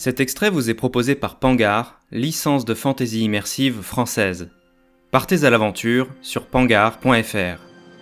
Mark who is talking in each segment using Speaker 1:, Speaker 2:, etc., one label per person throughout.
Speaker 1: Cet extrait vous est proposé par Pangar, licence de fantasy immersive française. Partez à l'aventure sur pangar.fr.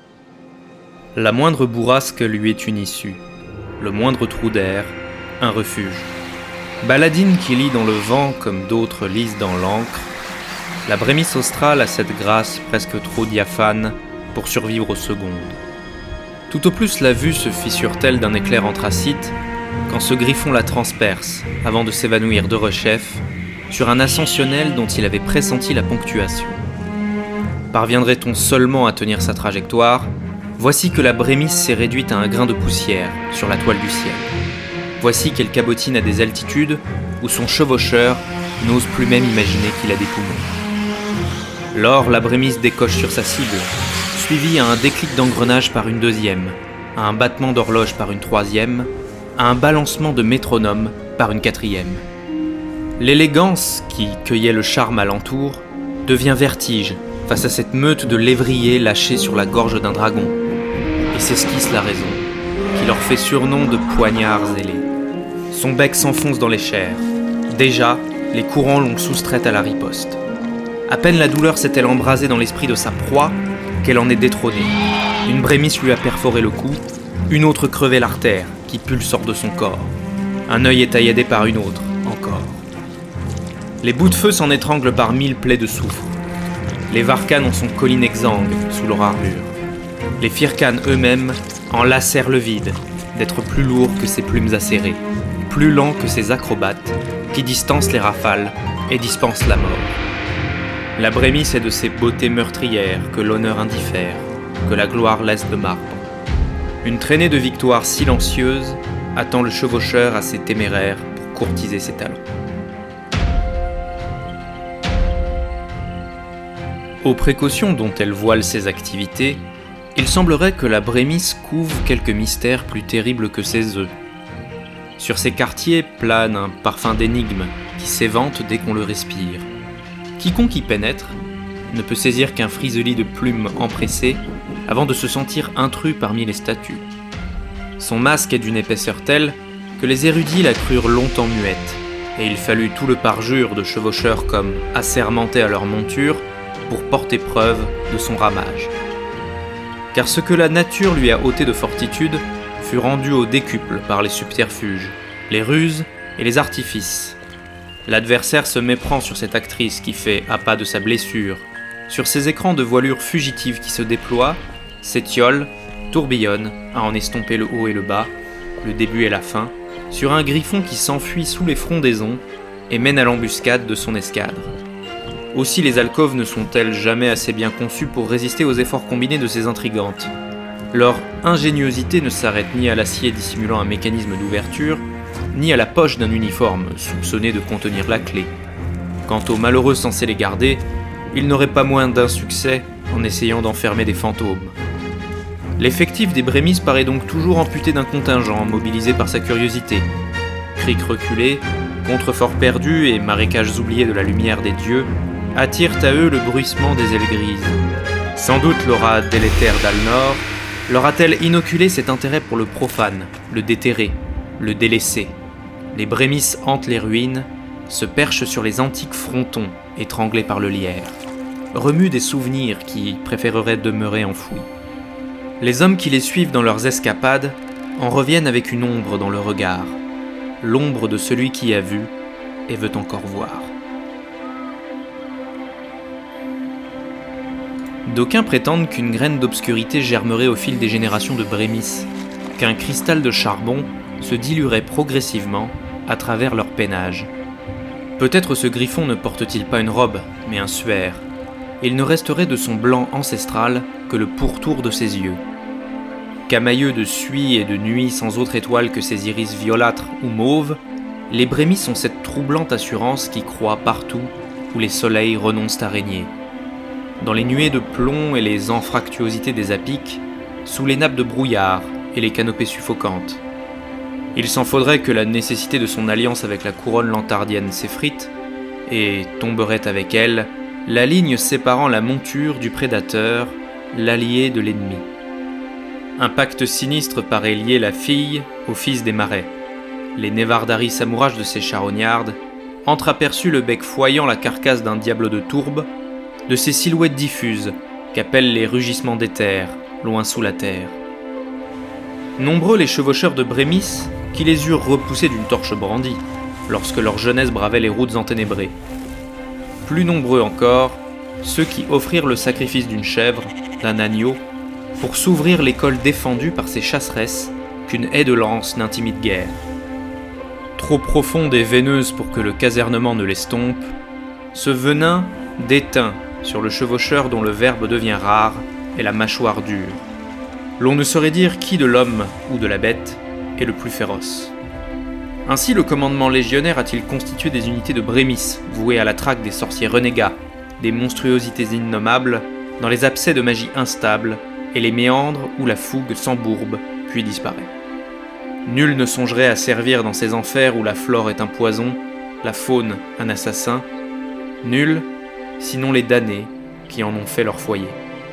Speaker 1: La moindre bourrasque lui est une issue, le moindre trou d'air, un refuge. Baladine qui lit dans le vent comme d'autres lisent dans l'encre, la brémisse australe a cette grâce presque trop diaphane pour survivre aux secondes. Tout au plus la vue se fissure-t-elle d'un éclair anthracite quand ce griffon la transperce avant de s'évanouir de rechef sur un ascensionnel dont il avait pressenti la ponctuation. Parviendrait-on seulement à tenir sa trajectoire ? Voici que la brémisse s'est réduite à un grain de poussière sur la toile du ciel. Voici qu'elle cabotine à des altitudes où son chevaucheur n'ose plus même imaginer qu'il a des poumons. Lors, la brémisse décoche sur sa cible, suivie à un déclic d'engrenage par une deuxième, à un battement d'horloge par une troisième, à un balancement de métronome par une quatrième. L'élégance qui cueillait le charme alentour devient vertige face à cette meute de lévriers lâchés sur la gorge d'un dragon, et s'esquisse la raison, qui leur fait surnom de poignards ailés. Son bec s'enfonce dans les chairs. Déjà, les courants l'ont soustraite à la riposte. À peine la douleur s'est-elle embrasée dans l'esprit de sa proie qu'elle en est détrônée. Une brémisse lui a perforé le cou, une autre crevé l'artère qui pulse hors de son corps. Un œil est tailladé par une autre, encore. Les bouts de feu s'en étranglent par 1000 plaies de soufre. Les varcanes en sont collines exsangues sous leur armure. Les fircanes eux-mêmes en lacèrent le vide, d'être plus lourds que ses plumes acérées, plus lents que ses acrobates, qui distancent les rafales et dispensent la mort. La brémisse est de ces beautés meurtrières que l'honneur indiffère, que la gloire laisse de marbre. Une traînée de victoires silencieuses attend le chevaucheur assez téméraire pour courtiser ses talents. Aux précautions dont elle voile ses activités, il semblerait que la brémisse couvre quelques mystères plus terribles que ses œufs. Sur ses quartiers plane un parfum d'énigme qui s'évente dès qu'on le respire. Quiconque y pénètre ne peut saisir qu'un friseli de plumes empressées avant de se sentir intrus parmi les statues. Son masque est d'une épaisseur telle que les érudits la crurent longtemps muette, et il fallut tout le parjure de chevaucheurs comme assermentés à leur monture pour porter preuve de son ramage. Car ce que la nature lui a ôté de fortitude fut rendu au décuple par les subterfuges, les ruses et les artifices. L'adversaire se méprend sur cette actrice qui fait appât de sa blessure, sur ces écrans de voilure fugitive qui se déploient, s'étiolent, tourbillonnent à en estomper le haut et le bas, le début et la fin, sur un griffon qui s'enfuit sous les frondaisons et mène à l'embuscade de son escadre. Aussi les alcôves ne sont-elles jamais assez bien conçues pour résister aux efforts combinés de ces intrigantes. Leur ingéniosité ne s'arrête ni à l'acier dissimulant un mécanisme d'ouverture, ni à la poche d'un uniforme soupçonné de contenir la clé. Quant aux malheureux censés les garder, ils n'auraient pas moins d'insuccès en essayant d'enfermer des fantômes. L'effectif des brémisses paraît donc toujours amputé d'un contingent mobilisé par sa curiosité. Criques reculés, contreforts perdus et marécages oubliés de la lumière des dieux attirent à eux le bruissement des ailes grises. Sans doute l'aura délétère d'Alnor leur a-t-elle inoculé cet intérêt pour le profane, le déterré, le délaissé. Les brémisses hantent les ruines, se perchent sur les antiques frontons étranglés par le lierre, remuent des souvenirs qui préféreraient demeurer enfouis. Les hommes qui les suivent dans leurs escapades en reviennent avec une ombre dans le regard, l'ombre de celui qui a vu et veut encore voir. D'aucuns prétendent qu'une graine d'obscurité germerait au fil des générations de brémisses, qu'un cristal de charbon se diluerait progressivement à travers leur peinage. Peut-être ce griffon ne porte-t-il pas une robe, mais un suaire. Il ne resterait de son blanc ancestral que le pourtour de ses yeux. Camailleux de suie et de nuit sans autre étoile que ses iris violâtres ou mauves, les brémisses ont cette troublante assurance qui croît partout où les soleils renoncent à régner. Dans les nuées de plomb et les anfractuosités des apics, sous les nappes de brouillard et les canopées suffocantes. Il s'en faudrait que la nécessité de son alliance avec la couronne lantardienne s'effrite, et tomberait avec elle la ligne séparant la monture du prédateur, l'allié de l'ennemi. Un pacte sinistre paraît lier la fille au fils des marais. les Nevardari s'amouragent de ces charognardes, entreaperçut le bec foyant la carcasse d'un diable de tourbe, de ces silhouettes diffuses qu'appellent les rugissements d'éther, loin sous la terre. Nombreux les chevaucheurs de Brémis qui les eurent repoussés d'une torche brandie, lorsque leur jeunesse bravait les routes enténébrées. Plus nombreux encore, ceux qui offrirent le sacrifice d'une chèvre, d'un agneau, pour s'ouvrir l'école défendue par ces chasseresses qu'une haie de lance n'intimide guère. Trop profonde et veineuse pour que le casernement ne l'estompe, ce venin déteint sur le chevaucheur dont le verbe devient rare et la mâchoire dure. L'on ne saurait dire qui de l'homme ou de la bête est le plus féroce. Ainsi le commandement légionnaire a-t-il constitué des unités de Brémis, vouées à la traque des sorciers renégats, des monstruosités innommables, dans les abcès de magie instable, et les méandres où la fougue s'embourbe, puis disparaît. Nul ne songerait à servir dans ces enfers où la flore est un poison, la faune un assassin. Nul, sinon les damnés qui en ont fait leur foyer.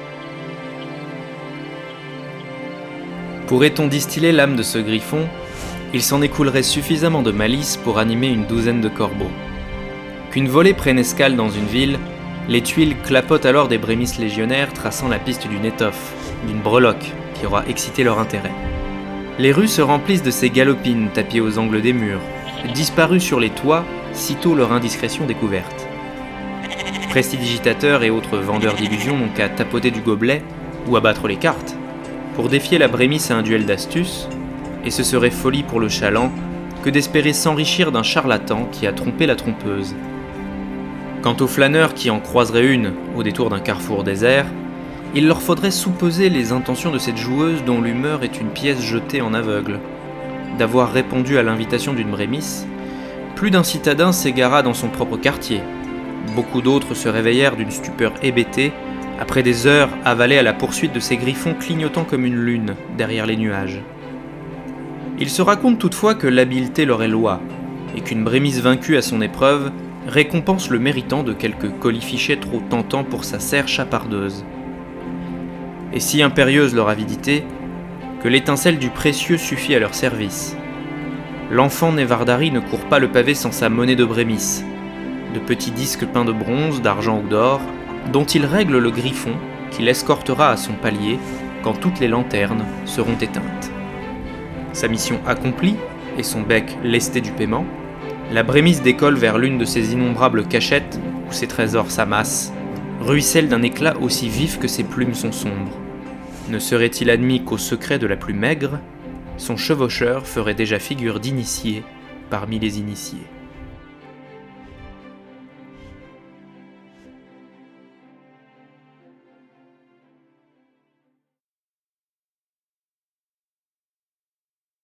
Speaker 1: Pourrait-on distiller l'âme de ce griffon, il s'en écoulerait suffisamment de malice pour animer une douzaine de corbeaux. Qu'une volée prenne escale dans une ville, les tuiles clapotent alors des Brémis légionnaires traçant la piste d'une étoffe, d'une breloque qui aura excité leur intérêt. Les rues se remplissent de ces galopines tapées aux angles des murs, disparues sur les toits sitôt leur indiscrétion découverte. Prestidigitateurs et autres vendeurs d'illusions n'ont qu'à tapoter du gobelet ou à battre les cartes pour défier la Brémis à un duel d'astuce, et ce serait folie pour le chaland que d'espérer s'enrichir d'un charlatan qui a trompé la trompeuse. Quant aux flâneurs qui en croiseraient une au détour d'un carrefour désert, il leur faudrait soupeser les intentions de cette joueuse dont l'humeur est une pièce jetée en aveugle. D'avoir répondu à l'invitation d'une Brémis, plus d'un citadin s'égara dans son propre quartier. Beaucoup d'autres se réveillèrent d'une stupeur hébétée après des heures avalées à la poursuite de ces griffons clignotant comme une lune derrière les nuages. Il se raconte toutefois que l'habileté leur est loi, et qu'une Brémis vaincue à son épreuve récompense le méritant de quelques colifichets trop tentants pour sa serre chapardeuse. Et si impérieuse leur avidité, que l'étincelle du précieux suffit à leur service. L'enfant Nevardari ne court pas le pavé sans sa monnaie de Brémis, de petits disques peints de bronze, d'argent ou d'or, dont il règle le griffon qui l'escortera à son palier quand toutes les lanternes seront éteintes. Sa mission accomplie, et son bec lesté du paiement, la Brémis décolle vers l'une de ces innombrables cachettes où ses trésors s'amassent, ruisselle d'un éclat aussi vif que ses plumes sont sombres. Ne serait-il admis qu'au secret de la plus maigre, son chevaucheur ferait déjà figure d'initié parmi les initiés.